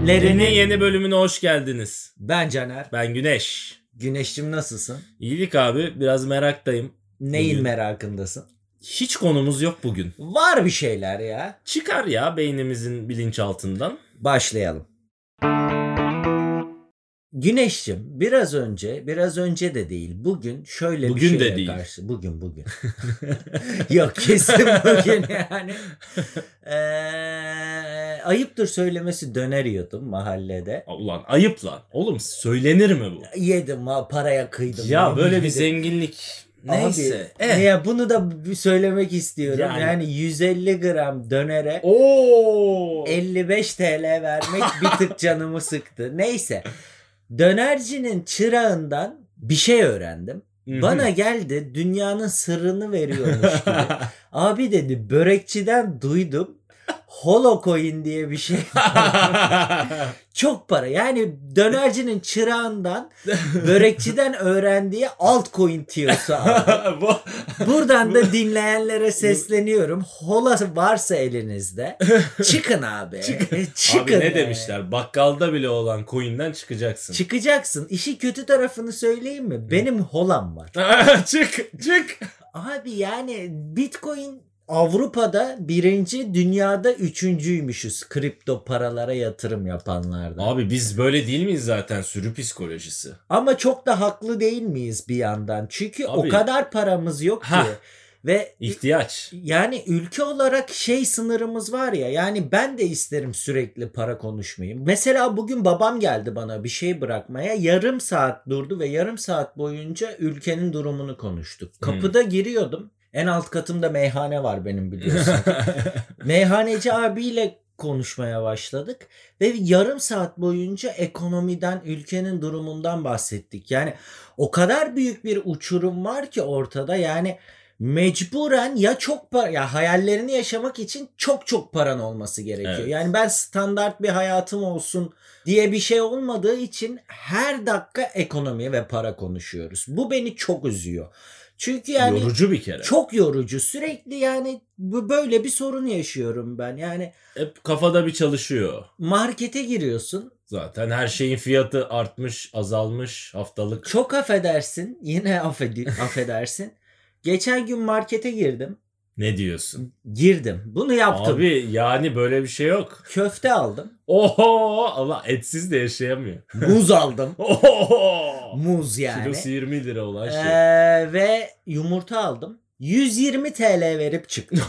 Filmlerinin yeni bölümüne hoş geldiniz. Ben Caner. Ben Güneş. Güneş'cim nasılsın? İyilik abi, biraz meraktayım. Neyin bugün merakındasın? Hiç konumuz yok bugün. Var bir şeyler ya. Çıkar ya beynimizin bilinçaltından. Başlayalım. Güneş'cim biraz önce de değil. Bugün şöyle Bugün bir de şeye değil. karşı. Bugün. Yok kesin bugün yani. Ayıptır söylemesi döner yiyordum mahallede. Ulan ayıp lan. Oğlum söylenir mi bu? Yedim ha, paraya kıydım. Ya böyle bir Yedim. zenginlik. Neyse. Abi, ya bunu da bir söylemek istiyorum. Yani 150 gram dönere Oo. 55 TL vermek bir tık canımı sıktı. Neyse. Dönercinin çırağından bir şey öğrendim. Bana geldi dünyanın sırrını veriyormuş gibi. Abi dedi börekçiden duydum. Holocoin diye bir şey. Çok para. Yani dönercinin çırağından börekçiden öğrendiği altcoin tiyosu abi. Buradan da dinleyenlere sesleniyorum. Hola varsa elinizde çıkın abi. Çıkın. Abi ne demişler? Bakkalda bile olan coin'den çıkacaksın. Çıkacaksın. İşi kötü tarafını söyleyeyim mi? Benim holam var. Çık. Abi yani Bitcoin Avrupa'da birinci, dünyada üçüncüymüşüz kripto paralara yatırım yapanlardan. Abi biz böyle değil miyiz zaten, sürü psikolojisi? Ama çok da haklı değil miyiz bir yandan? Çünkü Abi, o kadar paramız yok ki. Ve ihtiyaç. Yani ülke olarak sınırımız var ya. Yani ben de isterim sürekli para konuşmayı. Mesela bugün babam geldi bana bir şey bırakmaya. Yarım saat durdu ve yarım saat boyunca ülkenin durumunu konuştuk. Kapıda giriyordum. En alt katımda meyhane var benim biliyorsun. Meyhaneci abiyle konuşmaya başladık ve yarım saat boyunca ekonomiden, ülkenin durumundan bahsettik. Yani o kadar büyük bir uçurum var ki ortada. Yani mecburen ya çok para, ya hayallerini yaşamak için çok paran olması gerekiyor. Evet. Yani ben standart bir hayatım olsun diye bir şey olmadığı için her dakika ekonomi ve para konuşuyoruz. Bu beni çok üzüyor. Çünkü yani yorucu bir kere. Çok yorucu. Sürekli yani böyle bir sorun yaşıyorum ben. Yani hep kafada bir çalışıyor. Markete giriyorsun. Zaten her şeyin fiyatı artmış, azalmış haftalık. Çok affedersin. Yine affedersin. Geçen gün markete girdim. Ne diyorsun? Girdim. Bunu yaptım. Abi yani böyle bir şey yok. Köfte aldım. Oho, ama etsiz de yaşayamıyor. Muz aldım. Oho. Muz yani. Kilosu 20 lira olan şey. Ve yumurta aldım. 120 TL verip çıktım.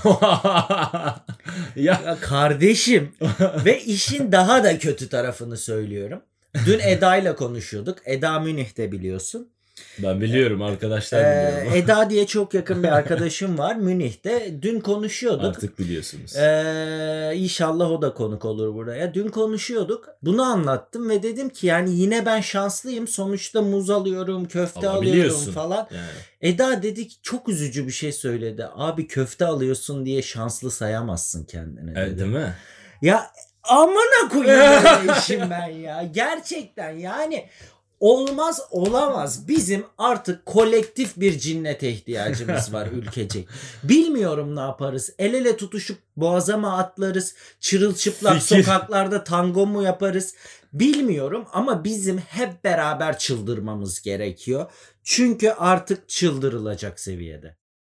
Ya kardeşim. Ve işin daha da kötü tarafını söylüyorum. Dün Eda'yla konuşuyorduk. Eda Münih'te biliyorsun. Ben biliyorum, arkadaşlar biliyorum. Eda diye çok yakın bir arkadaşım var Münih'te. Dün konuşuyorduk. Artık biliyorsunuz. İnşallah o da konuk olur buraya. Dün konuşuyorduk. Bunu anlattım ve dedim ki yani yine ben şanslıyım. Sonuçta muz alıyorum, köfte alıyorum falan. Yani. Eda dedi ki çok üzücü bir şey söyledi. Abi köfte alıyorsun diye şanslı sayamazsın kendini dedi. Değil mi? Ya amına koyayım böyle işim ben ya. Gerçekten yani olmaz olamaz. Bizim artık kolektif bir cinnete ihtiyacımız var ülkecek. Bilmiyorum ne yaparız. El ele tutuşup boğaza mı atlarız? Çırılçıplak sokaklarda tango mu yaparız? Bilmiyorum ama bizim hep beraber çıldırmamız gerekiyor. Çünkü artık çıldırılacak seviyede.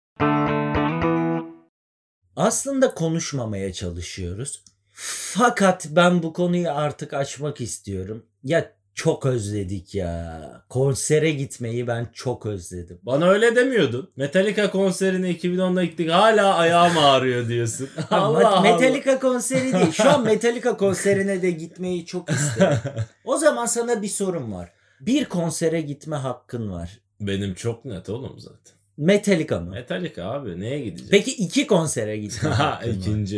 Aslında konuşmamaya çalışıyoruz. Fakat ben bu konuyu artık açmak istiyorum. Ya çok özledik ya. Konsere gitmeyi ben çok özledim. Bana öyle demiyordun. Metallica konserine 2010'da gittik, hala ayağım ağrıyor diyorsun. Allah Metallica konseri değil. Şu an Metallica konserine de gitmeyi çok isterim. O zaman sana bir sorum var. Bir konsere gitme hakkın var. Benim çok net oğlum zaten. Metallica mı? Metallica abi, neye gideceğim? Peki 2 konsere gitme hakkın var.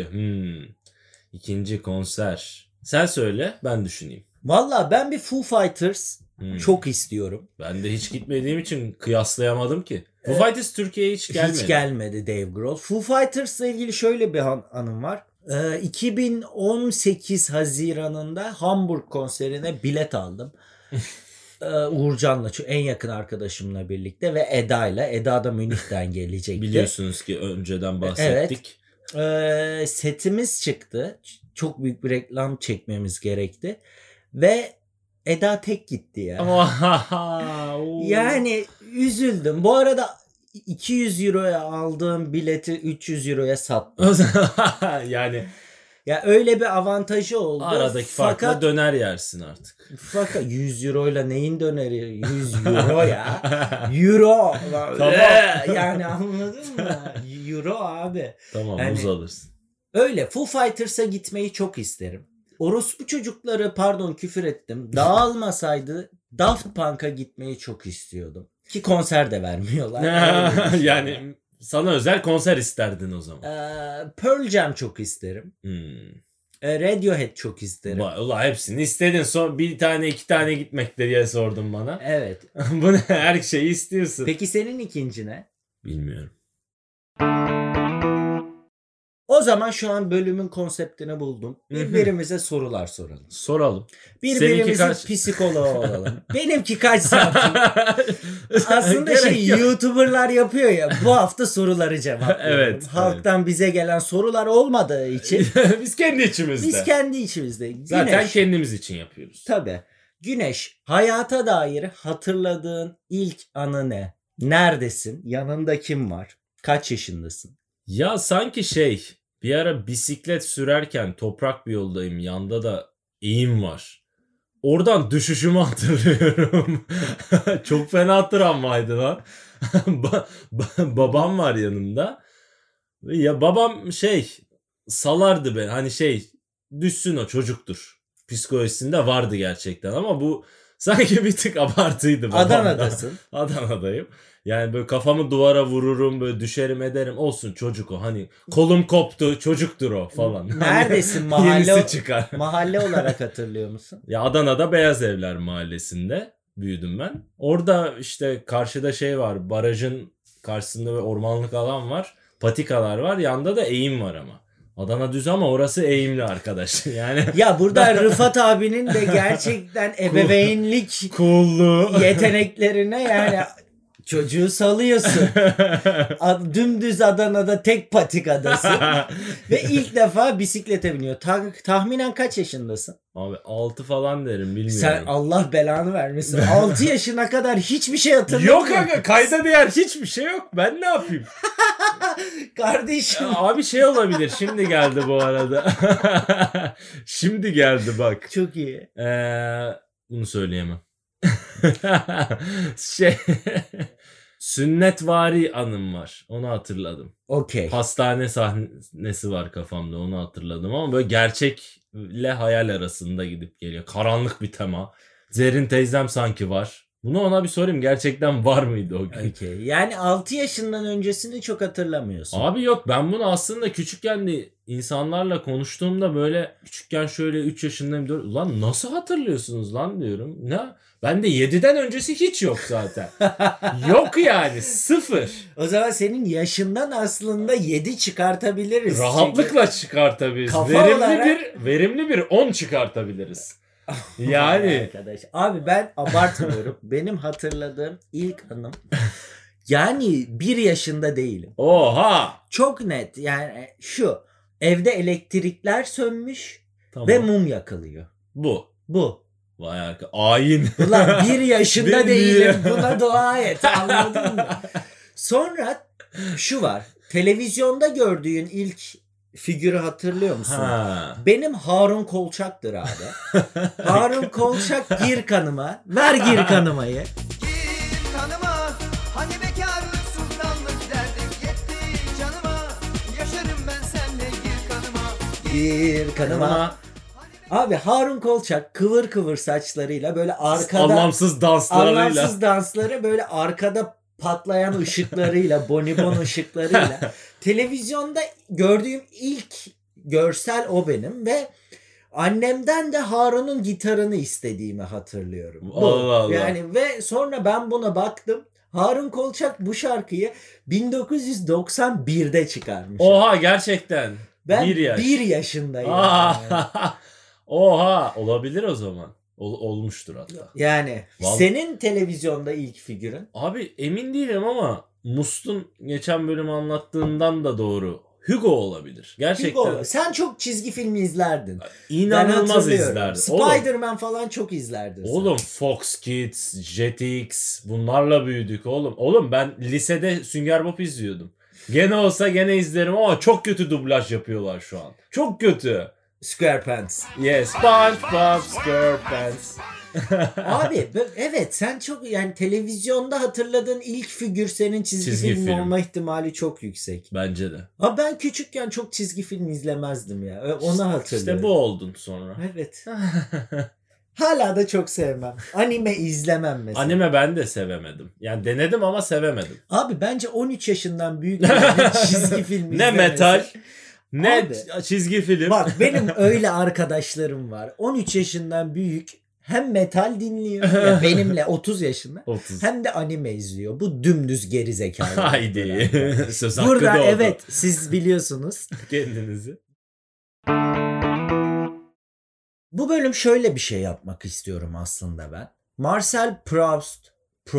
İkinci konser. Sen söyle, ben düşüneyim. Valla ben bir Foo Fighters çok istiyorum. Ben de hiç gitmediğim için kıyaslayamadım ki. Foo Fighters Türkiye'ye hiç gelmedi. Hiç gelmedi Dave Grohl. Foo Fighters'la ilgili şöyle bir anım var. 2018 Haziran'ında Hamburg konserine bilet aldım. Uğurcan'la, en yakın arkadaşımla birlikte ve Eda'yla. Eda da Münih'ten gelecekti. Biliyorsunuz ki önceden bahsettik. Evet. Setimiz çıktı. Çok büyük bir reklam çekmemiz gerekti. Ve Eda tek gitti ya. Oo. Yani üzüldüm. Bu arada 200 euroya aldığım bileti 300 euroya sattım. Yani Ya öyle bir avantajı oldu. aradaki farkla döner yersin artık. Fakat 100 euroyla neyin döneri? 100 euro ya. Euro. Tamam. Yani anladın mı? Euro abi. Tamam, Yani- muz alırsın. Öyle Foo Fighters'a gitmeyi çok isterim. Orospu çocukları, pardon küfür ettim, dağılmasaydı Daft Punk'a gitmeyi çok istiyordum. Ki konser de vermiyorlar. Öyle bir şey var. Yani sana özel konser isterdin o zaman. Pearl Jam çok isterim. Radiohead çok isterim. Ulan hepsini istedin. Son bir tane iki tane gitmek de diye sordun bana. Evet. Bunu her şeyi istiyorsun. Peki senin ikinci ne? Bilmiyorum. O zaman şu an bölümün konseptini buldum. Hı hı. Birbirimize sorular soralım. Soralım. Birbirimizin kaç? psikoloğu olalım. Benimki kaç santim? Aslında Gerek yok. YouTuber'lar yapıyor ya. Bu hafta soruları cevaplıyorum. Evet, Halktan bize gelen sorular olmadığı için Biz kendi içimizde. biz kendi içimizde. Güneş. Zaten kendimiz için yapıyoruz. Tabii. Güneş, hayata dair hatırladığın ilk anı ne? Neredesin? Yanında kim var? Kaç yaşındasın? Ya sanki bir ara bisiklet sürerken toprak bir yoldayım. Yanda da eğim var. Oradan düşüşümü hatırlıyorum. Çok fena travmaydı lan. Babam var yanımda. Ya babam salardı beni. Hani düşsün o çocuktur. Psikolojisinde vardı gerçekten ama bu sanki bir tık abartıydı babamda. Adana'dasın. Adana'dayım. Yani böyle kafamı duvara vururum, böyle düşerim ederim. Olsun çocuk o. Hani kolum koptu, çocuktur o falan. Neredesin? Hani Mahalle, yenisi çıkar. mahalle olarak hatırlıyor musun? Ya Adana'da Beyaz Evler Mahallesi'nde büyüdüm ben. Orada işte karşıda var. Barajın karşısında bir ormanlık alan var. Patikalar var. Yanda da eğim var ama. Adana düz ama orası eğimli arkadaş. Yani Ya burada Rıfat abinin de gerçekten ebeveynlik coolluğu. yeteneklerine yani çocuğu salıyorsun. Dümdüz Adana'da tek patikadasın. Ve ilk defa bisiklete biniyor. Tahminen kaç yaşındasın? Abi 6 falan derim bilmiyorum. Sen Allah belanı vermesin. 6 yaşına kadar hiçbir şey hatırlamıyor Yok aga, kayda değer hiçbir şey yok. Ben ne yapayım? Kardeşim. Abi olabilir. Şimdi geldi bu arada. Şimdi geldi bak. Çok iyi. Bunu söyleyemem. Sünnetvari anım var. Onu hatırladım. Okey. Hastane sahnesi var kafamda. Onu hatırladım ama böyle gerçekle hayal arasında gidip geliyor. Karanlık bir tema. Zerrin teyzem sanki var. Bunu ona bir sorayım. Gerçekten var mıydı o gün? Okey. Yani 6 yaşından öncesini çok hatırlamıyorsun. Abi yok, ben bunu aslında küçükken de insanlarla konuştuğumda böyle küçükken şöyle 3 yaşındayım diyorum. Ulan nasıl hatırlıyorsunuz lan diyorum. Ne? Ben de 7'den öncesi hiç yok zaten. Yok yani, sıfır. O zaman senin yaşından aslında 7 çıkartabiliriz. Rahatlıkla çıkartabiliriz. Kafa olarak- Verimli bir 10 çıkartabiliriz. Yani Arkadaş. Abi ben abartmıyorum. Benim hatırladığım ilk anım yani 1 yaşında değilim. oha. Çok net yani şu evde elektrikler sönmüş Tamam. ve mum yakılıyor. Bu. Bu. Vay arka. Ayin. Ulan 1 yaşında Ben değilim. niye? Buna dua et. Anladın mı? Sonra şu var. Televizyonda gördüğün ilk figürü hatırlıyor musun? Ha. Benim Harun Kolçak'tır abi. Harun Kolçak gir kanıma. Ver gir kanımayı. Gir kanıma, hani bekarlık sultanlık derdik yetti canıma. Yaşarım ben senle gir kanıma. Gir kanıma. Abi Harun Kolçak kıvır kıvır saçlarıyla böyle arkada Anlamsız danslarıyla. anlamsız dansları böyle arkada patlayan ışıklarıyla, bonibon ışıklarıyla televizyonda gördüğüm ilk görsel o benim ve annemden de Harun'un gitarını istediğimi hatırlıyorum. Bu. Allah Allah. Yani ve sonra ben buna baktım. Harun Kolçak bu şarkıyı 1991'de çıkarmış. Oha, gerçekten. Ben 1 yaş. 1 yaşındayım. Aa, oha, olabilir o zaman. Olmuştur hatta. Yani Vallahi- senin televizyonda ilk figürün. Abi emin değilim ama Must'un geçen bölüm anlattığından da doğru. Hugo olabilir. Gerçekten Hugo, sen çok çizgi filmi izlerdin. inanılmaz Ben hatırlıyorum. izlerdim. Oğlum, Spider-Man falan çok izlerdin sen. Oğlum Fox Kids, Jetix bunlarla büyüdük oğlum. Oğlum ben lisede Sünger Bob izliyordum. Gene olsa gene izlerim ama çok kötü dublaj yapıyorlar şu an. Çok kötü. SquarePants. Yes, SpongeBob SquarePants. Abi evet, sen çok yani televizyonda hatırladığın ilk figür senin çizgi film olma ihtimali çok yüksek. Bence de. Ama ben küçükken çok çizgi film izlemezdim ya. Onu hatırlıyorum. İşte bu oldun sonra. Evet. Hala da çok sevmem. Anime izlemem mesela. Anime ben de sevemedim. Yani denedim ama sevemedim. Abi bence 13 yaşından büyük bir çizgi film Ne izlemesi. metal, ne Abi, çizgi film. Bak benim öyle arkadaşlarım var. 13 yaşından büyük hem metal dinliyor ya benimle 30 yaşında 30. hem de anime izliyor. Bu dümdüz geri zekalı. Haydi. Söz hakkı Burada doğdu. evet siz biliyorsunuz. Kendinizi. Bu bölüm şöyle bir şey yapmak istiyorum aslında ben. Marcel Proust.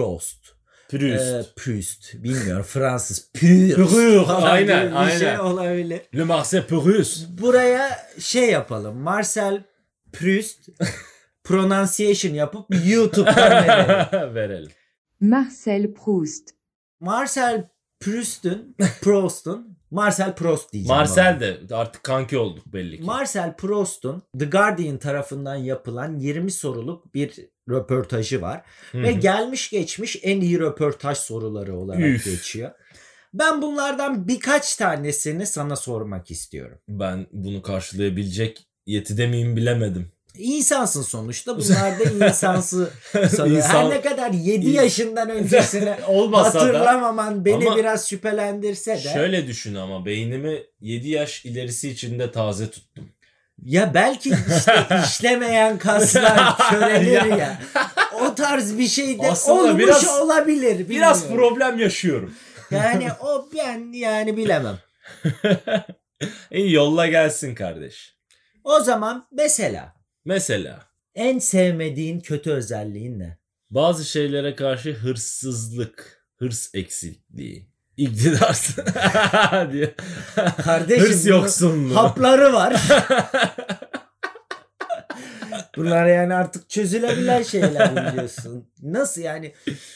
Proust. Bilmiyorum Fransız. Proust. falan Aynen, gibi bir aynen. şey olabilir. Le Marcel Proust. Buraya şey yapalım. Marcel Proust pronunciation yapıp YouTube'dan verelim. Verelim. Marcel Proust. Marcel Proust'un Marcel Proust diyeceğim. Marcel de artık kanki olduk belli ki. Marcel Proust'un The Guardian tarafından yapılan 20 soruluk bir röportajı var. Hı Ve hı. gelmiş geçmiş en iyi röportaj soruları olarak Üf. geçiyor. Ben bunlardan birkaç tanesini sana sormak istiyorum. Ben bunu karşılayabilecek yetide miyim bilemedim. İnsansın sonuçta. Bunlar da insansı soruyor. İnsan- Her ne kadar 7 yaşından öncesine Olmasa da hatırlamaman beni Ama biraz şüphelendirse de. şöyle düşün ama beynimi 7 yaş ilerisi içinde taze tuttum. Ya belki işte işlemeyen kaslar körelir Ya. ya. O tarz bir şey de Aslında olmuş biraz- olabilir. Biraz bilmiyorum. problem yaşıyorum. Yani o ben yani bilemem. İyi yolla gelsin kardeş. O zaman Mesela en sevmediğin kötü özelliğin ne? bazı şeylere karşı hırs eksikliği, iktidar diye. Kardeşim Hırs bunun yoksunluğu. hapları var. Bunlar yani artık çözülebilen şeyler biliyorsun. Nasıl yani?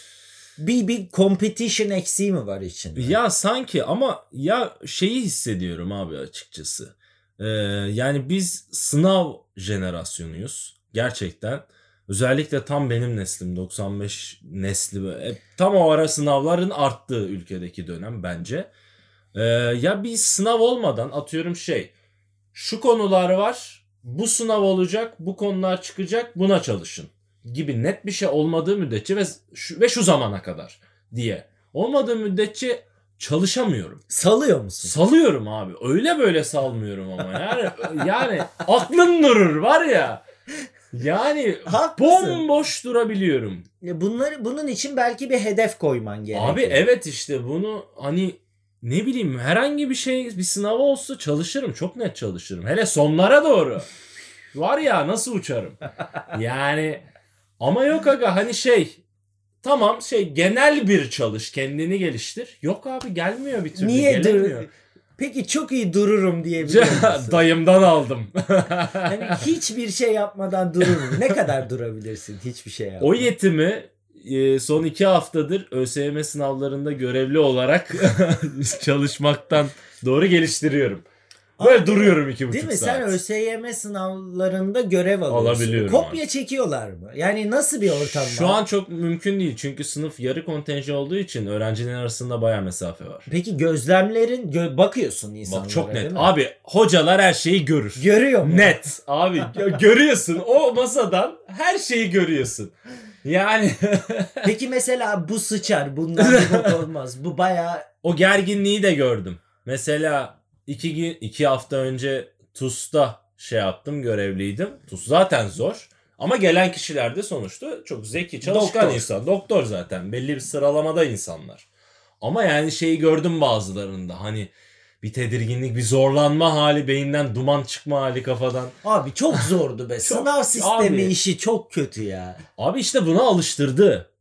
Bir competition eksiği mi var içinde? Ya sanki ama ya şeyi hissediyorum abi açıkçası. Yani biz sınav jenerasyonuyuz. Gerçekten. Özellikle tam benim neslim 95 nesli. Tam o ara sınavların arttığı ülkedeki dönem bence. Ya bir sınav olmadan atıyorum şu konular var. Bu sınav olacak. Bu konular çıkacak. Buna çalışın. Gibi net bir şey olmadığı müddetçe ve şu zamana kadar diye. Olmadığı müddetçe çalışamıyorum. Salıyor musun? Salıyorum abi. Öyle böyle salmıyorum ama. Yani aklın durur var ya. Yani Haklısın. bomboş durabiliyorum. Bunun için belki bir hedef koyman gerekiyor. Abi evet işte bunu hani ne bileyim herhangi bir sınav olsa çalışırım. Çok net çalışırım. Hele sonlara doğru. Var ya nasıl uçarım. Yani ama yok aga hani tamam genel bir çalış kendini geliştir. Yok abi gelmiyor bir türlü. Niye gelemiyor. Peki çok iyi dururum diyebilir misin? Dayımdan aldım. Yani hiçbir şey yapmadan dururum. Ne kadar durabilirsin hiçbir şey yapmadan? O yetimi son 2 haftadır ÖSYM sınavlarında görevli olarak çalışmaktan doğru geliştiriyorum. Böyle Abi, duruyorum 2,5 değil mi? saat. Sen ÖSYM sınavlarında görev alıyorsun. Alabiliyorum Kopya abi. çekiyorlar mı? Yani nasıl bir ortam Şu var? an çok mümkün değil çünkü sınıf yarı kontenjan olduğu için öğrencilerin arasında bayağı mesafe var. Peki gözlemlerin bakıyorsun insanlara Bak çok değil net. mi? Abi hocalar her şeyi görür. Görüyor mu? Net. Abi görüyorsun. O masadan her şeyi görüyorsun. Yani Peki mesela bu sıçar. Bundan bir bok olmaz. Bu bayağı o gerginliği de gördüm. Mesela 2 hafta önce TUS'ta yaptım, görevliydim. TUS zaten zor. Ama gelen kişiler de sonuçta çok zeki, çalışkan Doktor. insan. Doktor zaten. Belli bir sıralamada insanlar. Ama yani gördüm bazılarında. Hani bir tedirginlik, bir zorlanma hali, beyinden duman çıkma hali kafadan. abi çok zordu be. Sınav sistemi abi. işi çok kötü ya. Abi işte buna alıştırdı.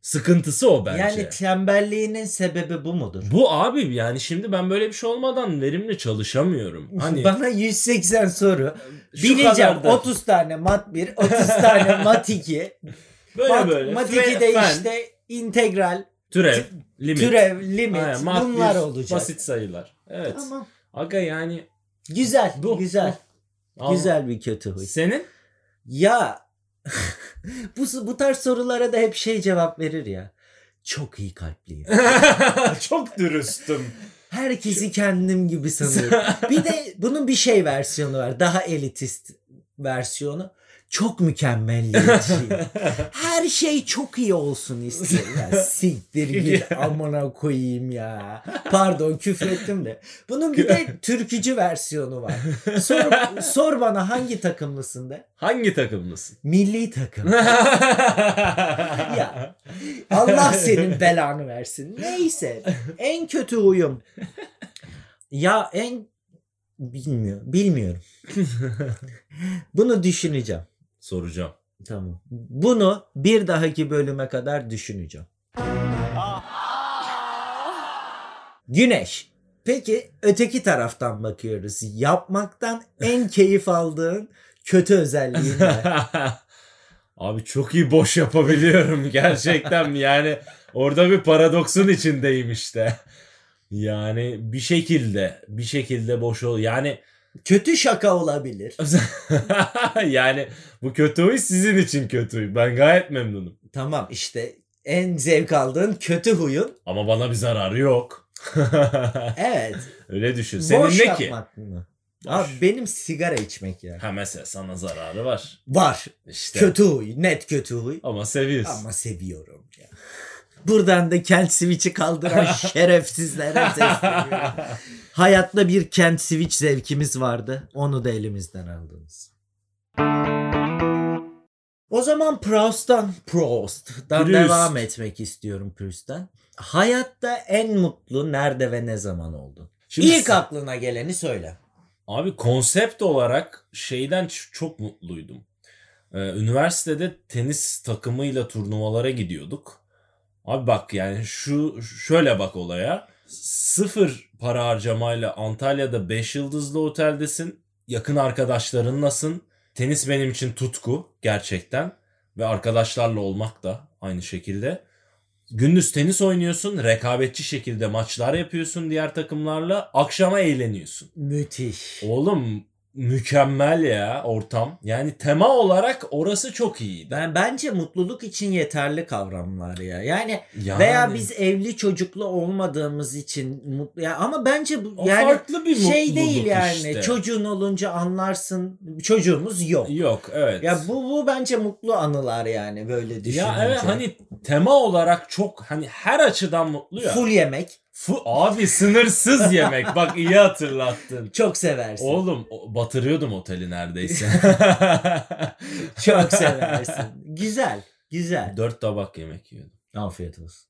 Sıkıntısı o bence. Yani tembelliğinin sebebi bu mudur? Bu abi yani şimdi ben böyle bir şey olmadan verimli çalışamıyorum. Hani Bana 180 soru. şu Bileceğim kadar da- 30 tane mat 1, 30 tane mat 2. böyle Mat Fe- 2'de fen, işte integral, türev, limit. türev, limit Aynen, mat bunlar bir, olacak. basit sayılar. Evet. Tamam. Aga yani Güzel, bu. güzel. Ama Güzel bir kötü huy. senin? Ya bu tarz sorulara da hep şey cevap verir ya. Çok iyi kalpliyim. Çok dürüstüm. Herkesi kendim gibi sanıyorum. Bir de bunun bir şey versiyonu var. Daha elitist versiyonu. Çok mükemmelliyetçiyim. Her şey çok iyi olsun isterim. Ya siktir git amına koyayım ya. Pardon küfrettim de. Bunun bir de türkücü versiyonu var. Sor bana hangi takımlısın de. Hangi takımlısın? Milli takım. Ya Allah senin belanı versin. Neyse. En kötü huyum. Ya bilmiyorum. Bunu düşüneceğim. Soracağım. Tamam. Bunu bir dahaki bölüme kadar düşüneceğim. Güneş. Peki öteki taraftan bakıyoruz. Yapmaktan en keyif aldığın kötü özelliğin ne? Abi çok iyi boş yapabiliyorum gerçekten. Yani orada bir paradoksun içindeyim işte. Yani bir şekilde boş ol. Yani Kötü şaka olabilir. yani bu kötü huy sizin için kötü huy. Ben gayet memnunum. Tamam işte en zevk aldığın kötü huyun. Ama bana bir zararı yok. Evet. Öyle düşün. Senin Boş ne ki? yapmak mı? Abi benim sigara içmek ya. Ha mesela sana zararı var. Var. İşte. Kötü huy. Net kötü huy. Ama seviyorsun. Ama seviyorum ya. Buradan da Kent Switch'i kaldıran şerefsizlere sesleniyorum. Hayatta bir Kent Switch zevkimiz vardı. Onu da elimizden aldınız. O zaman Proust'tan Proust. devam etmek istiyorum Proust'tan. Hayatta en mutlu nerede ve ne zaman oldun? Şimdi İlk aklına geleni söyle. Abi konsept olarak şeyden çok mutluydum. Üniversitede tenis takımıyla turnuvalara gidiyorduk. Abi bak yani şöyle bak olaya. Sıfır para harcamayla Antalya'da 5 yıldızlı oteldesin. Yakın arkadaşlarınlasın. Tenis benim için tutku gerçekten. Ve arkadaşlarla olmak da aynı şekilde. Gündüz tenis oynuyorsun. Rekabetçi şekilde maçlar yapıyorsun diğer takımlarla. Akşama eğleniyorsun. Müthiş. Oğlum mükemmel ya ortam. Yani tema olarak orası çok iyiydi. Bence mutluluk için yeterli kavramlar ya. Yani Yani, veya biz evli çocuklu olmadığımız için mutlu ya, ama bence bu o yani farklı bir şey mutluluk değil yani. işte. Çocuğun olunca anlarsın. Çocuğumuz yok. Yok evet. Ya bu bence mutlu anılar yani böyle düşününce. Ya evet hani tema olarak çok hani her açıdan mutlu ya. Full yemek Abi sınırsız yemek. Bak iyi hatırlattın. çok seversin. Oğlum batırıyordum oteli neredeyse. Çok seversin. Güzel. Güzel. 4 tabak yemek yiyordum. Afiyet olsun.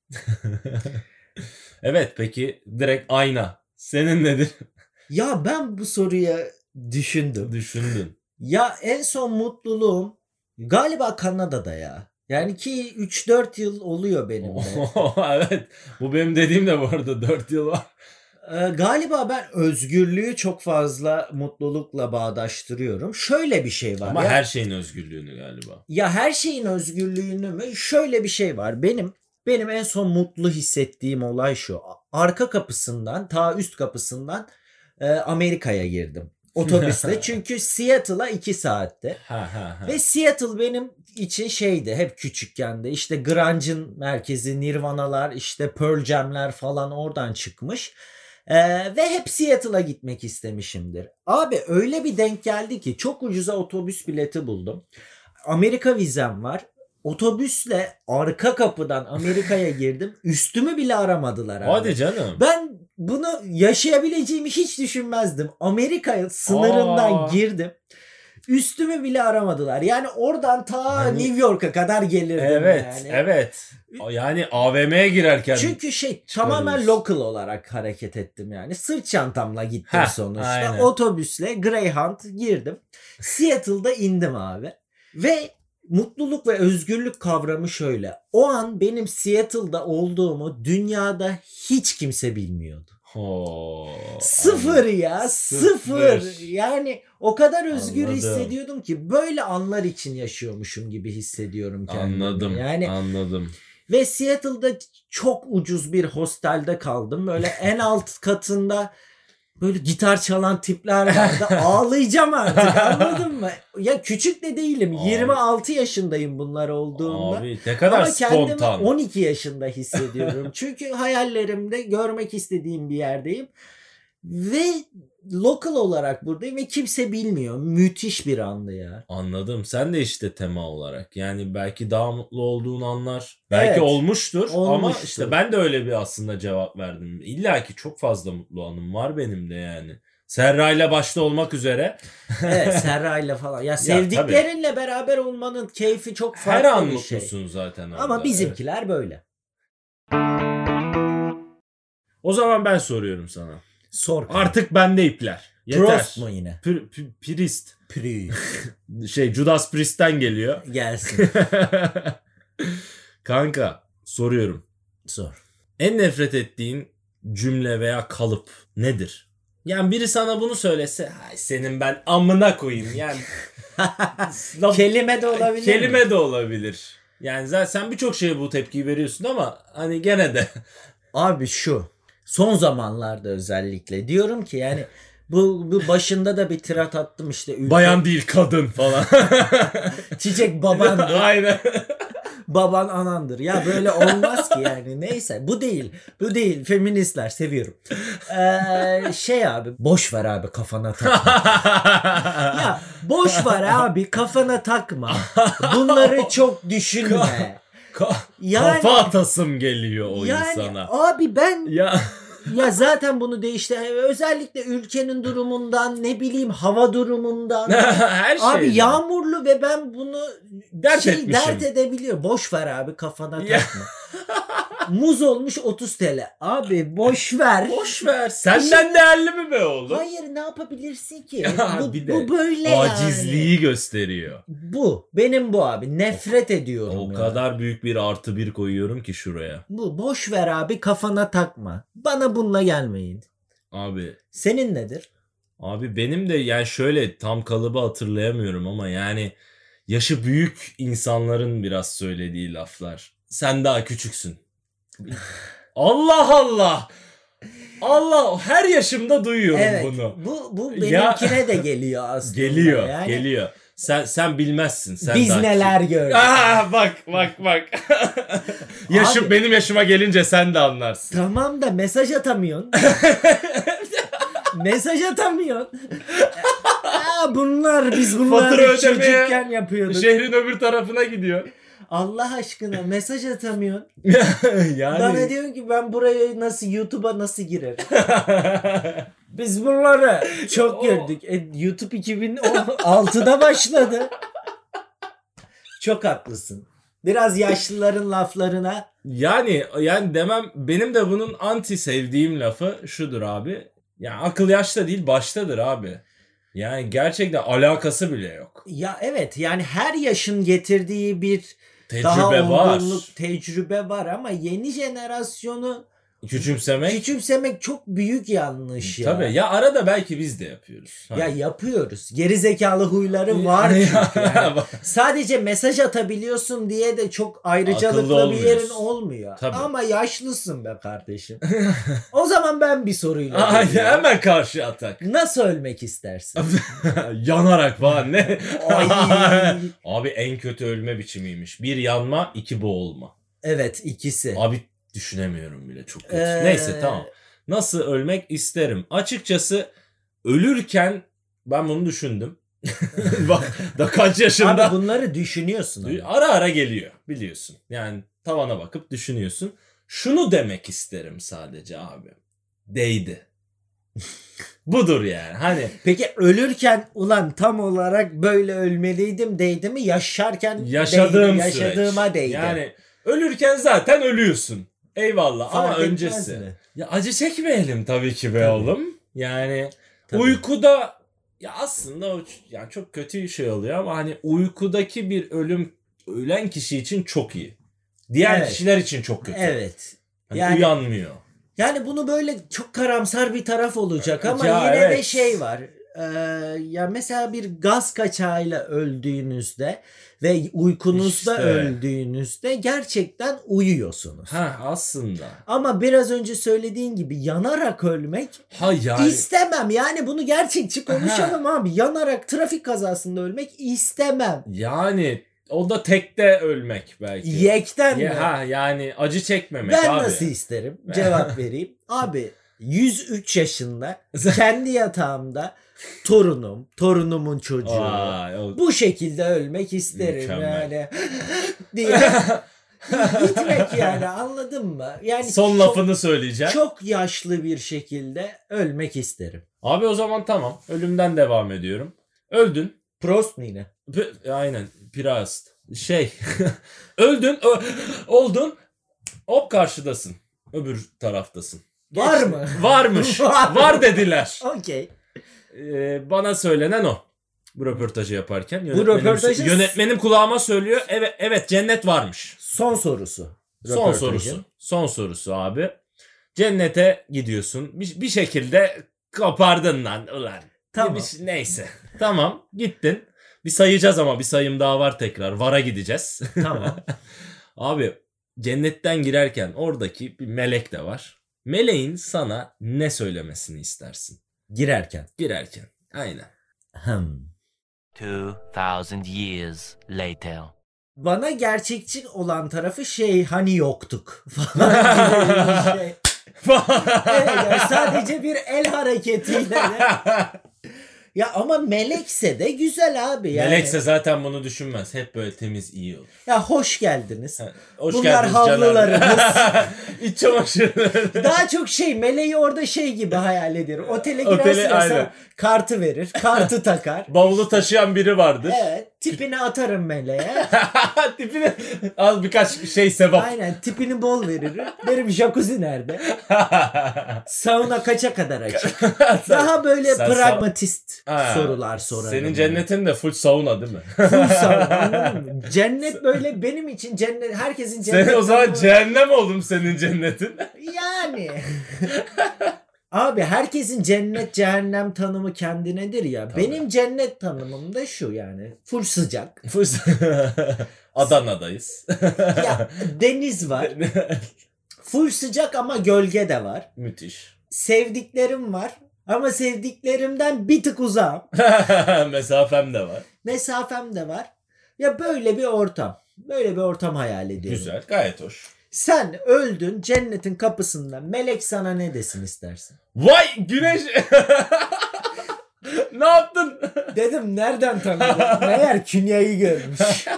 Evet peki direkt ayna. Senin nedir? Ya ben bu soruya düşündüm. Düşündün. Ya en son mutluluğum galiba Kanada'da ya. Yani ki 3-4 yıl oluyor benim de. Evet. Bu benim dediğim de bu arada 4 yıl var. Galiba ben özgürlüğü çok fazla mutlulukla bağdaştırıyorum. Şöyle bir şey var. Ama ya, her şeyin özgürlüğünü galiba. ya her şeyin özgürlüğünü mü? Şöyle bir şey var. Benim en son mutlu hissettiğim olay şu. Arka kapısından, ta üst kapısından Amerika'ya girdim. Otobüsle. Çünkü Seattle'a 2 saatte. Ha. Ve Seattle benim için şeydi hep küçükken de işte grunge'ın merkezi, Nirvanalar, işte Pearl Jam'ler falan oradan çıkmış. Ve hep Seattle'a gitmek istemişimdir. Abi öyle bir denk geldi ki çok ucuza otobüs bileti buldum. Amerika vizem var. Otobüsle arka kapıdan Amerika'ya girdim. Üstümü bile aramadılar abi. Hadi canım. Ben bunu yaşayabileceğimi hiç düşünmezdim. Amerika sınırından girdim. Üstümü bile aramadılar. Yani oradan ta Hani- New York'a kadar gelirdim Evet, yani. evet. Yani AVM'ye girerken Çünkü tamamen çıkarıyoruz. local olarak hareket ettim yani. Sırt çantamla gittim Heh, sonuçta. aynen. Otobüsle Greyhound girdim. Seattle'da indim abi. Ve Mutluluk ve özgürlük kavramı şöyle. O an benim Seattle'da olduğumu dünyada hiç kimse bilmiyordu. Sıfır ya, sıfır. Yani o kadar özgür Anladım. hissediyordum ki böyle anlar için yaşıyormuşum gibi hissediyorum kendimi. Anladım. Yani Anladım. ve Seattle'da çok ucuz bir hostelde kaldım. Böyle en alt katında böyle gitar çalan tipler vardı. Ağlayacağım artık, anladın mı? Ya küçük de değilim. Abi. 26 yaşındayım bunlar olduğumda. Abi ne kadar Ama kendimi spontan. 12 yaşında hissediyorum. Çünkü hayallerimde görmek istediğim bir yerdeyim. Ve local olarak buradayım ve kimse bilmiyor. Müthiş bir andı ya. Anladım. Sen de işte tema olarak. Yani belki daha mutlu olduğun anlar. Belki Evet, olmuştur. Ama olmuştur. işte ben de öyle bir aslında cevap verdim. İlla ki çok fazla mutlu anım var benim de yani. Serra ile başta olmak üzere. Evet, Serra'yla falan. Ya sevdiklerinle beraber olmanın keyfi çok Her farklı an bir şey. mutlusun zaten orada. Ama bizimkiler böyle. O zaman ben soruyorum sana. Sor. Artık bende ipler. Yeter. Prost mu yine? Priest. Pri. Judas Priest'ten geliyor. Gelsin. Kanka soruyorum. Sor. En nefret ettiğin cümle veya kalıp nedir? Yani biri sana bunu söylese, "Ay senin ben amına koyayım." Yani Kelime de olabilir mi? kelime de olabilir. Yani zaten sen birçok şeye bu tepkiyi veriyorsun ama hani gene de Abi şu. Son zamanlarda özellikle diyorum ki yani bu başında da bir tirat attım işte. bayan değil kadın falan. Çiçek babandır. Aynen. Baban anandır. Ya böyle olmaz ki yani. Neyse bu değil. Bu değil. Feministler seviyorum. Şey abi boş ver abi kafana takma. Ya boş ver abi kafana takma. Bunları çok düşünme. Yani- Kafa atasım geliyor o Yani insana. abi ben Ya ya zaten bunu değişti. Özellikle ülkenin durumundan ne bileyim hava durumundan. her şey. Abi yağmurlu ve ben bunu Dert etmişim. dert edebiliyor. Boş ver abi kafana Ya. takma. Muz olmuş 30 TL. Abi boş ver. Boş ver. Senden değerli mi be oğlum? Hayır ne yapabilirsin ki? Ya bu, bir de bu böyle yani. acizliği gösteriyor. Bu. Benim bu abi. Nefret ediyorum. O ya. kadar büyük bir artı bir koyuyorum ki şuraya. Bu. Boş ver abi kafana takma. Bana bununla gelmeyin. Abi Senin nedir? benim de yani şöyle tam kalıbı hatırlayamıyorum ama yani yaşı büyük insanların biraz söylediği laflar. Sen daha küçüksün. Allah Allah. Allah her yaşımda duyuyorum Evet. bunu. Bu Ya- benimkine de geliyor aslında. Geliyor, yani. geliyor. Sen bilmezsin. Sen Biz daha neler gördük. bak. Yaşım Abi- benim yaşıma gelince sen de anlarsın. Tamam da mesaj atamıyorsun. Mesaj atamıyorsun. Biz bunları Fatura ödemeye- çocukken yapıyorduk. Şehrin öbür tarafına gidiyor. Allah aşkına mesaj atamıyorsun. Yani Bana diyorsun ki ben buraya YouTube'a nasıl girerim? Biz bunları çok gördük. YouTube 2006'da başladı. Çok haklısın. Biraz yaşlıların laflarına yani demem benim de bunun anti sevdiğim lafı şudur abi. Ya akıl yaşta değil baştadır abi. Yani gerçekten alakası bile yok. ya evet yani her yaşın getirdiği bir Tecrübe daha var. olgunluk, tecrübe var ama yeni jenerasyonu Küçümsemek. küçümsemek çok büyük yanlış ya. Tabii ya arada belki biz de yapıyoruz. Ya yapıyoruz. Geri zekalı huyları var çünkü. Yani. Bak, Sadece mesaj atabiliyorsun diye de çok ayrıcalıklı Akıllı bir yerin olmuyorsun. olmuyor. Tabii. Ama yaşlısın be kardeşim. O zaman ben bir soruyla Ay, geliyorum. hemen karşı atak. Nasıl ölmek istersin? Yanarak falan ne? Ay. Abi en kötü ölme biçimiymiş. Bir yanma, iki boğulma. Evet ikisi. Abi düşünemiyorum bile çok kötü. Ee, Neyse tamam. Nasıl ölmek isterim? Açıkçası ölürken ben bunu düşündüm. Bak da kaç yaşında. Abi bunları düşünüyorsun. Ama. Ara ara geliyor biliyorsun. Yani tavana bakıp düşünüyorsun. Şunu demek isterim sadece abi. Değdi. Budur yani. Hani Peki ölürken ulan tam olarak böyle ölmeliydim değdi mi? Yaşarken yaşadığım değdi, süreç. yaşadığıma değdi. Yani ölürken zaten ölüyorsun. Eyvallah Fark ama etmez öncesi. mi? Ya acı çekmeyelim tabii ki be Tabii. oğlum. Yani Tabii. uykuda Ya aslında o yani çok kötü bir şey oluyor ama hani uykudaki bir ölüm ölen kişi için çok iyi. Diğer Evet. kişiler için çok kötü. Evet. Hani Yani- uyanmıyor. Yani bunu böyle çok karamsar bir taraf olacak ama Ya yine de evet. şey var. Ya mesela bir gaz kaçağıyla öldüğünüzde ve uykunuzda İşte. öldüğünüzde gerçekten uyuyorsunuz. Ha aslında. Ama biraz önce söylediğin gibi yanarak ölmek Ha yani. istemem. Yani bunu gerçekçi konuşalım abi. Yanarak trafik kazasında ölmek istemem. Yani o da tekte ölmek belki. Yekten mi? Ha yani acı çekmemek Ben abi. nasıl isterim? Cevap vereyim. Abi 103 yaşında kendi yatağımda torunumun çocuğu. Vay, o- Bu şekilde ölmek isterim Mükemmel. yani. diye gitmek yani, anladın mı? Yani Son lafını söyleyeceğim. çok yaşlı bir şekilde ölmek isterim. Abi o zaman tamam. Ölümden devam ediyorum. Öldün. Prost mu yine? Aynen. Pirast. Öldün. Oldun. Hop karşıdasın. Öbür taraftasın. Var Geçti. mı? Varmış. Var. Var dediler. Okey. Bana söylenen o. Bu röportajı yaparken. röportajı- Yönetmenim kulağıma söylüyor. Evet cennet varmış. Son sorusu. Son Röportajın. sorusu. Son sorusu abi. Cennete gidiyorsun. Bir şekilde kopardın lan ulan. Tamam. Neyse. Tamam gittin. Bir sayacağız ama bir sayım daha var tekrar. VAR'a gideceğiz. Tamam. Abi cennetten girerken oradaki bir melek de var. Meleğin sana ne söylemesini istersin? Girerken. Girerken. Aynen. 2,000 years later. Bana gerçekçi olan tarafı hani yoktuk falan gibi bir şey. Evet, yani sadece bir el hareketiyle de. Ya ama melekse de güzel abi yani. Melekse zaten bunu düşünmez. Hep böyle temiz iyi olur. Ya hoş geldiniz. Hoş Bunlar geldiniz canlar. havlularınız. İç çamaşırı. Daha çok meleği orada gibi hayal ediyorum. Otele girersin Otele, ya, sana aynen. kartı verir. Kartı takar. Bavulu taşıyan biri vardır. Evet. Tipini atarım meleğe. Tipine al birkaç şey sevap. Aynen. Tipini bol veririm. Derim jacuzzi nerede? Sauna kaça kadar açık? Daha böyle Sen pragmatist Ha, sorular sorarım. Senin yani. cennetin de full sauna değil mi? Full sauna, anladın mı? Cennet böyle benim için cennet, herkesin cennet. Senin o zaman tanımı- cehennem oldum senin cennetin. Yani. Abi herkesin cennet cehennem tanımı kendinedir ya. Tabii. Benim cennet tanımım da şu yani. Full sıcak. Adana'dayız. Ya deniz var. Full sıcak ama gölge de var. Müthiş. Sevdiklerim var. Ama sevdiklerimden bir tık uzağım. Mesafem de var. Mesafem de var. Ya böyle bir ortam. Böyle bir ortam hayal ediyorum. Güzel. Gayet hoş. Sen öldün cennetin kapısında. Melek sana ne desin istersin? Vay güneş. Ne yaptın? Dedim nereden tanıdın? Meğer künyayı görmüş.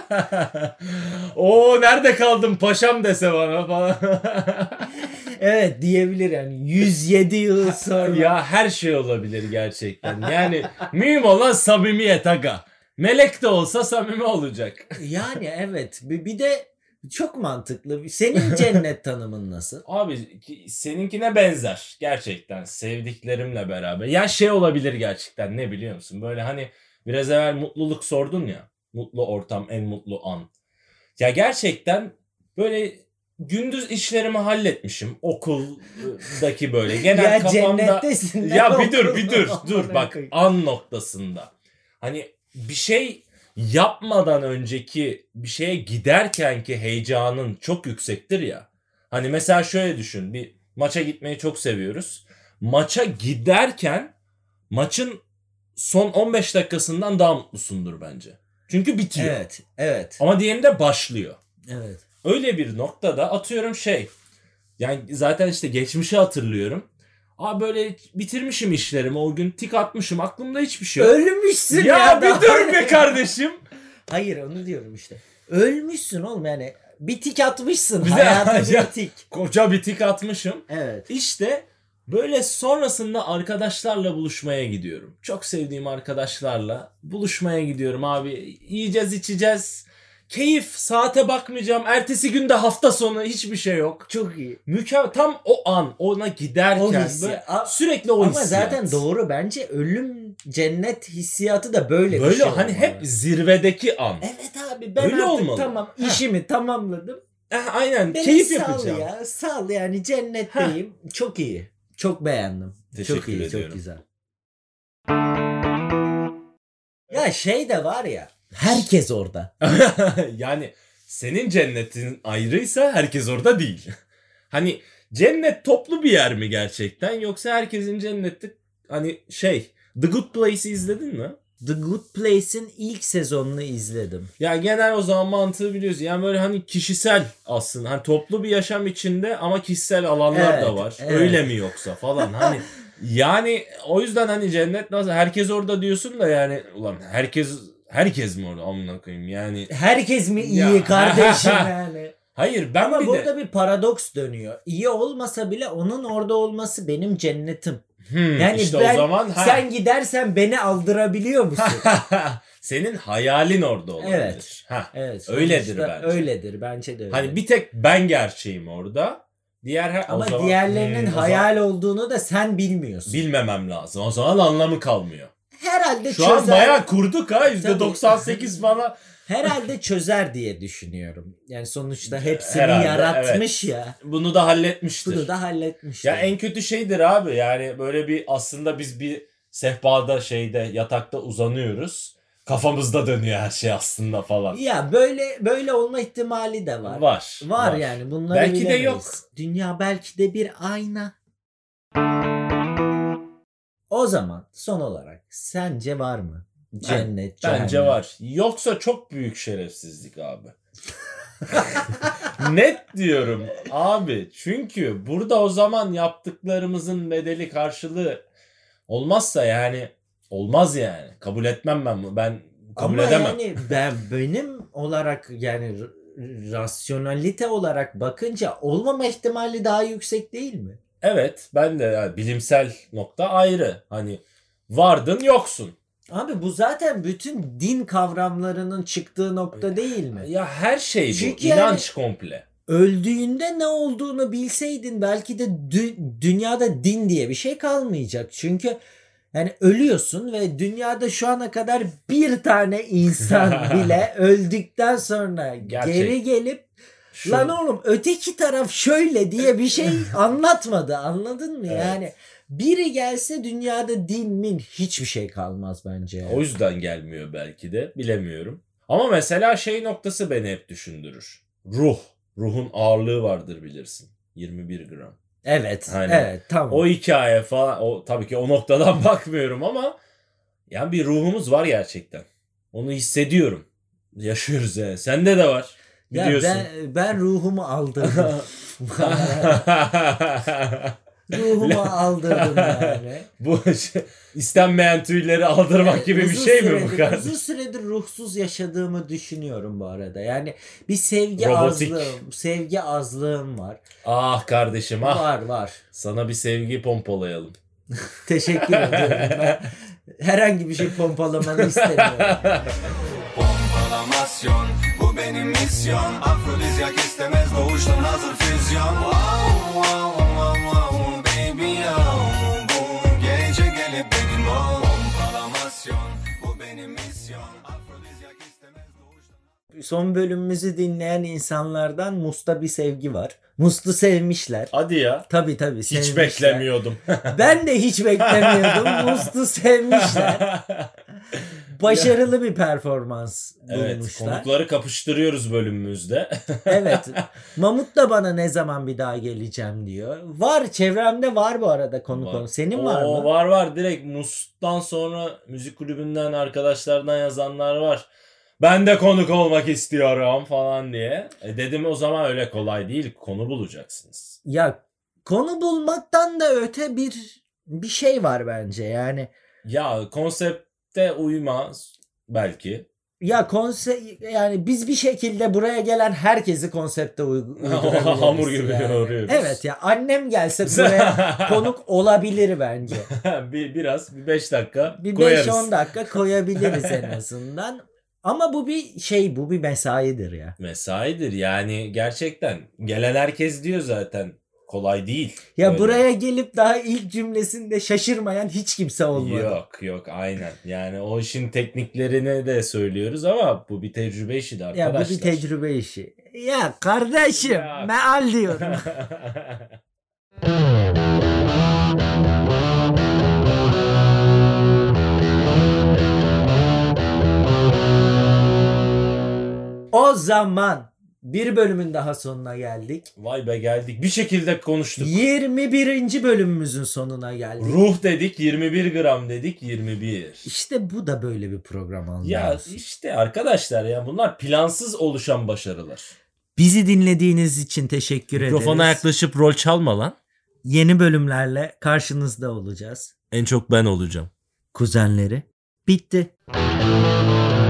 Oo nerede kaldın paşam dese bana falan. Evet diyebilir yani 107 yıl sonra. Ya her şey olabilir gerçekten. Yani mühim olan samimiyet aga. Melek de olsa samimi olacak. Yani evet bir de çok mantıklı. Senin cennet tanımın nasıl? Abi seninkine benzer gerçekten sevdiklerimle beraber. Ya şey olabilir gerçekten ne biliyor musun? Böyle hani biraz evvel mutluluk sordun ya. Mutlu ortam en mutlu an. Ya gerçekten böyle gündüz işlerimi halletmişim. Okuldaki böyle genel Ya kafamda. cennettesin. ne Ya bir dur oldu? dur bak an noktasında. Hani bir şey yapmadan önceki bir şeye giderkenki heyecanın çok yüksektir ya. Hani mesela şöyle düşün. Bir maça gitmeyi çok seviyoruz. Maça giderken maçın son 15 dakikasından daha mutlusundur bence. Çünkü bitiyor. Evet, evet, Ama diğerinde başlıyor. evet. Öyle bir noktada atıyorum yani zaten işte geçmişi hatırlıyorum. Böyle bitirmişim işlerimi o gün tik atmışım aklımda hiçbir şey yok. Ölmüşsün ya. Ya bir daha dur ne? be kardeşim. Hayır onu diyorum işte. Ölmüşsün oğlum yani. Bir tik atmışsın. Bize- Hayatı Ya. bir tik. Koca bir tik atmışım. Evet. İşte böyle sonrasında arkadaşlarla buluşmaya gidiyorum. Çok sevdiğim arkadaşlarla buluşmaya gidiyorum abi. Yiyeceğiz içeceğiz. Keyif, saate bakmayacağım. Ertesi günde hafta sonu hiçbir şey yok. Çok iyi. Mükemmel. Tam o an ona giderken O hissi- böyle A- sürekli o Ama hissiyat. zaten doğru bence ölüm cennet hissiyatı da böyle bir Böyle şey hani olmalı. hep zirvedeki an. Evet abi ben Öyle artık olmalı. tamam işimi tamamladım. Aynen Beni keyif sal yapacağım. ya sal yani cennetteyim. Çok iyi. Çok beğendim. Teşekkür çok iyi ediyorum. çok güzel. Ya şey de var ya herkes orada. Yani senin cennetin ayrıysa herkes orada değil. Hani cennet toplu bir yer mi gerçekten yoksa herkesin cenneti hani şey The Good Place'i izledin mi? The Good Place'in ilk sezonunu izledim. Ya genel o zaman mantığı biliyorsun. Yani böyle hani kişisel aslında. Hani toplu bir yaşam içinde ama kişisel alanlar da Evet, var. evet. Öyle mi yoksa falan. Hani yani o yüzden hani cennet nasıl herkes orada diyorsun da yani ulan herkes mi orada amına koyayım yani. Herkes mi iyi Ya. kardeşim yani. Hayır ben Ama bir burada de bir paradoks dönüyor. İyi olmasa bile onun orada olması benim cennetim. Yani işte ben o zaman sen gidersen beni aldırabiliyor musun? senin hayalin orada olabilir. Evet. Ha. Evet. Öyledir sonuçta bence. Öyledir bence de öyle. Hani bir tek ben gerçeğim orada. Ama o zaman, diğerlerinin o zaman hayal olduğunu da sen bilmiyorsun. bilmemem lazım. O zaman anlamı kalmıyor. Herhalde Şu an çözer. bayağı kurduk ha. %98 falan. Herhalde çözer diye düşünüyorum. Yani sonuçta hepsini Herhalde, yaratmış ya. Bunu da halletmiştir. Bunu da halletmiş. Ya en kötü şeydir abi. Yani böyle bir aslında biz bir sehpada yatakta uzanıyoruz. Kafamızda dönüyor her şey aslında falan. Ya böyle olma ihtimali de var. Var. Yani bunları Belki de bilemeyiz. yok. Dünya belki de bir ayna. O zaman son olarak sence var mı? Cennet, Bence cehennem. var. Yoksa çok büyük şerefsizlik abi. Net diyorum abi. Çünkü burada o zaman yaptıklarımızın bedeli karşılığı olmazsa yani olmaz yani. Kabul etmem ben bunu. Ben kabul Ama edemem. yani benim olarak yani rasyonalite olarak bakınca olmama ihtimali daha yüksek değil mi? Evet ben de yani bilimsel nokta ayrı. Hani vardın yoksun. Abi bu zaten bütün din kavramlarının çıktığı nokta değil mi? Ya her şey bu. Çünkü İnanç komple. Öldüğünde ne olduğunu bilseydin belki de dünyada din diye bir şey kalmayacak. Çünkü yani ölüyorsun ve dünyada şu ana kadar bir tane insan bile öldükten sonra Gerçek. geri gelip Şu- lan oğlum öteki taraf şöyle diye bir şey anlatmadı. Anladın mı? Evet. Yani biri gelse dünyada din min hiçbir şey kalmaz bence. Yani. O yüzden gelmiyor belki de. Bilemiyorum. Ama mesela noktası beni hep düşündürür. Ruhun ağırlığı vardır bilirsin. 21 gram. Evet. Aynen. Evet tamam. O hikaye falan tabii ki o noktadan bakmıyorum ama yani bir ruhumuz var gerçekten. Onu hissediyorum. Yaşıyoruz yani. Sende de var. Ya Biliyorsun. ben ruhumu aldırdım. Ruhumu aldırdım yani. Bu istenmeyen tüyleri aldırmak gibi bir Uzun şey mi bu süredir- kardeşim? Uzun süredir ruhsuz yaşadığımı düşünüyorum bu arada. Yani bir sevgi Robotik. azlığım var. Ah kardeşim ah. Var. Sana bir sevgi pompalayalım. Teşekkür ediyorum. Ben herhangi bir şey pompalamanı istemiyorum. Pompalamasyon bu benim misyon Afrodizyak istemez doğuştan hazır füzyon Wow wow wow wow baby yo Bu gece gelip benim ol Pompalamasyon bu benim misyon Afrodizyak istemez doğuştan Son bölümümüzü dinleyen insanlardan Mus'ta bir sevgi var. Mus'u sevmişler. Hadi ya. Tabii Hiç sevmişler. beklemiyordum. Ben de hiç beklemiyordum. Mus'u sevmişler. Başarılı bir performans Evet, bulmuşlar. konukları kapıştırıyoruz bölümümüzde. Evet. Mamut da bana ne zaman bir daha geleceğim diyor. Var çevremde var bu arada konu. Senin var mı? Var. Direkt Mus'tan sonra müzik kulübünden arkadaşlardan yazanlar var. Ben de konuk olmak istiyorum falan diye. Dedim o zaman öyle kolay değil. Konu bulacaksınız. Ya konu bulmaktan da öte bir şey var bence. Yani Ya konsepte uymaz belki. ya yani biz bir şekilde buraya gelen herkesi konsepte uydurabiliriz. Hamur gibi yani. yoğuruyoruz. Evet ya annem gelse buraya konuk olabilir bence. Biraz bir 5 dakika Bir koyarız. 5-10 dakika koyabiliriz en azından. Ama bu bir mesaidir ya. Mesaidir yani, gerçekten. Gelen herkes diyor zaten. Kolay değil. Ya Öyle. buraya gelip daha ilk cümlesinde şaşırmayan hiç kimse olmadı. Yok aynen. Yani o işin tekniklerini de söylüyoruz ama bu bir tecrübe işi arkadaşlar. Ya bu bir tecrübe işi. Ya kardeşim Ya. meal diyorum. O zaman bir bölümün daha sonuna geldik. Vay be, geldik. Bir şekilde konuştuk. 21. bölümümüzün sonuna geldik. Ruh dedik, 21 gram dedik, 21. İşte bu da böyle bir program oldu. Ya işte arkadaşlar, ya bunlar plansız oluşan başarılar. Bizi dinlediğiniz için teşekkür ederiz. Mikrofona yaklaşıp rol çalma lan. Yeni bölümlerle karşınızda olacağız. En çok ben olacağım. Kuzenleri. Bitti.